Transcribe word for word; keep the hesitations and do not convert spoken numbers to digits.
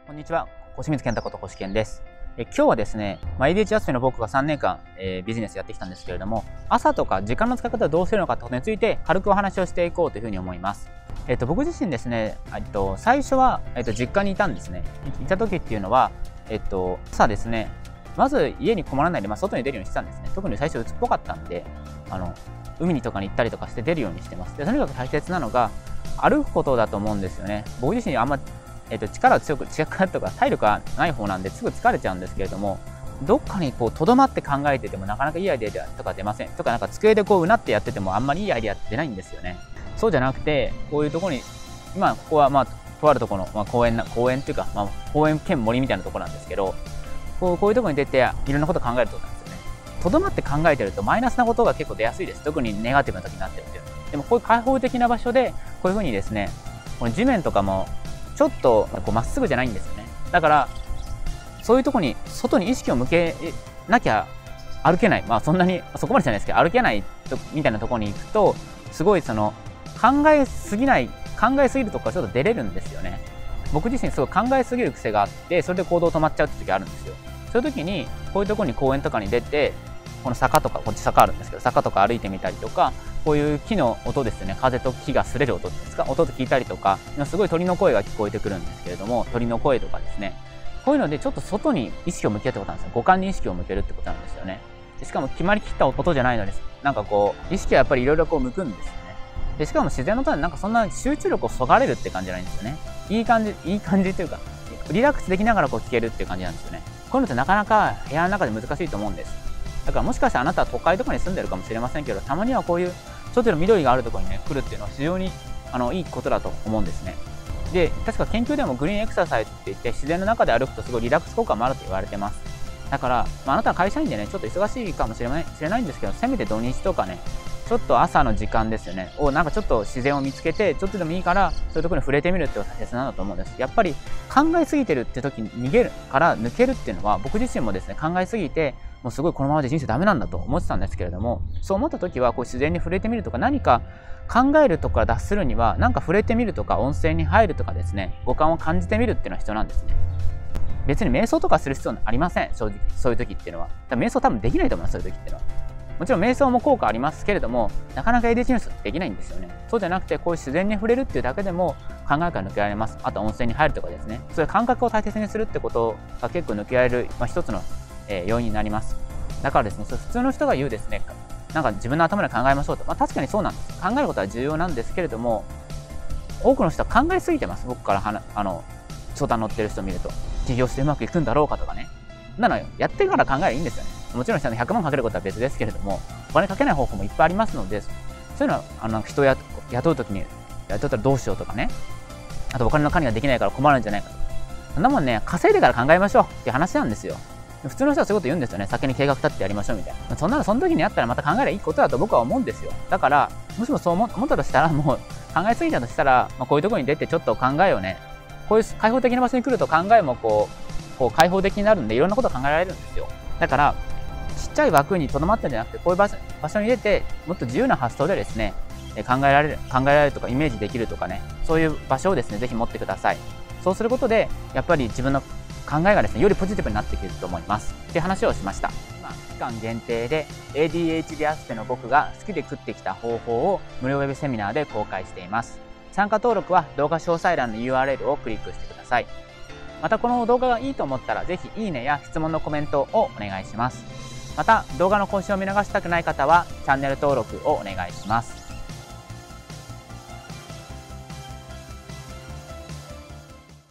こんにちは、小清水健太こと星健です。え今日はですね、まあ、エーディーエイチ アスペの僕がさんねんかん、えー、ビジネスやってきたんですけれども、朝とか時間の使い方をどうするのかってことについて軽くお話をしていこうというふうに思います。えっと、僕自身ですね、えっと、最初は、えっと、実家にいたんですね。いた時っていうのは、えっと、朝ですね、まず家にこもらないで、まあ、外に出るようにしてたんですね。特に最初鬱っぽかったんで、あの海にとかに行ったりとかして出るようにしてます。でとにかく大切なのが歩くことだと思うんですよね。僕自身あんまえっと、力を強く力とか体力がない方なんですぐ疲れちゃうんですけれども、どっかにこうとどまって考えててもなかなかいいアイデアとか出ませんとか、なんか机でこううなってやっててもあんまりいいアイデアって出ないんですよね。そうじゃなくて、こういうところに今ここはまあとあるところの、まあ、公園な公園っていうか、まあ、公園兼森みたいなところなんですけど、こうこういうところに出ていろんなことを考えるとなんですよね。とどまって考えてるとマイナスなことが結構出やすいです。特にネガティブな時になってるっていう。でもこういう開放的な場所でこういうふうにですね、この地面とかもちょっとこうまっすぐじゃないんですよね。だからそういうとこに外に意識を向けなきゃ歩けない、まあそんなにそこまでじゃないですけど歩けないとみたいなところに行くと、すごいその考えすぎない考えすぎるところからちょっと出れるんですよね。僕自身すごい考えすぎる癖があって、それで行動止まっちゃうって時あるんですよ。そういう時にこういうところに公園とかに出て、この坂とかこっち坂あるんですけど、坂とか歩いてみたりとか、こういう木の音ですね、風と木が擦れる音ですか、音と聞いたりとか、すごい鳥の声が聞こえてくるんですけれども、鳥の声とかですね、こういうのでちょっと外に意識を向けるってことなんですよ。五感に意識を向けるってことなんですよね。でしかも決まりきった音じゃないのです。なんかこう意識はやっぱりいろいろこう向くんですよね。でしかも自然の音でなんかそんな集中力をそがれるって感じじゃないんですよね。いい感じいい感じというか、リラックスできながらこう聞けるっていう感じなんですよね。こういうのってなかなか部屋の中で難しいと思うんです。だからもしかしたらあなたは都会とかに住んでるかもしれませんけど、たまにはこういうちょっとの緑があるところにね来るっていうのは非常にあのいいことだと思うんですね。で確か研究でもグリーンエクササイズって言って自然の中で歩くとすごいリラックス効果もあると言われてます。だから、まあ、あなたは会社員でねちょっと忙しいかもしれない知れないんですけど、せめて土日とかねちょっと朝の時間ですよねをなんかちょっと自然を見つけて、ちょっとでもいいからそういうところに触れてみるっていうのが大切なんだと思うんです。やっぱり考えすぎてるって時に逃げるから抜けるっていうのは、僕自身もですね考えすぎてもうすごいこのままで人生ダメなんだと思ってたんですけれども、そう思った時はこう自然に触れてみるとか、何か考えるとこから脱するには何か触れてみるとか、温泉に入るとかですね、五感を感じてみるっていうのは必要なんですね。別に瞑想とかする必要はありません。正直そういう時っていうのは瞑想多分できないと思います。そういう時っていうのはもちろん瞑想も効果ありますけれども、なかなか エーディーエイチ の人ってできないんですよね。そうじゃなくて、こういう自然に触れるっていうだけでも考えから抜けられます。あと温泉に入るとかですね、そういう感覚を大切にするってことが結構抜けられる、まあ、一つの、えー、要因になります。だからですね、そ普通の人が言うですね、なんか自分の頭で考えましょうと、まあ、確かにそうなんです。考えることは重要なんですけれども、多くの人は考えすぎてます。僕からはなあの相談乗ってる人を見ると、起業してうまくいくんだろうかとかね。なのよ、やってから考えるいいんですよね。もちろんひゃくまんかけることは別ですけれども、お金かけない方法もいっぱいありますので、そういうのはあの人を雇うときに雇ったらどうしようとかね、あとお金の管理ができないから困るんじゃないかとか、そんなもんね、稼いでから考えましょうっていう話なんですよ。普通の人はそういうこと言うんですよね。先に計画立ってやりましょうみたいな。そんなのその時にやったらまた考えればいいことだと僕は思うんですよ。だからもしもそう思ったとしたら、もう考えすぎたとしたら、まあ、こういうところに出てちょっと考えをね、こういう開放的な場所に来ると考えもこうこう開放的になるんで、いろんなことが考えられるんですよ。だからちっちゃい枠にとどまってるんじゃなくて、こういう場所場所に出てもっと自由な発想でですね考えられる考えられるとかイメージできるとかね、そういう場所をですねぜひ持ってください。そうすることでやっぱり自分の考えがですねよりポジティブになってくると思いますっていう話をしました。今期間限定で エーディーエイチディー アスペの僕が好きで食ってきた方法を無料ウェブセミナーで公開しています。参加登録は動画詳細欄の ユーアールエル をクリックしてください。またこの動画がいいと思ったらぜひいいねや質問のコメントをお願いします。また動画の更新を見逃したくない方はチャンネル登録をお願いします。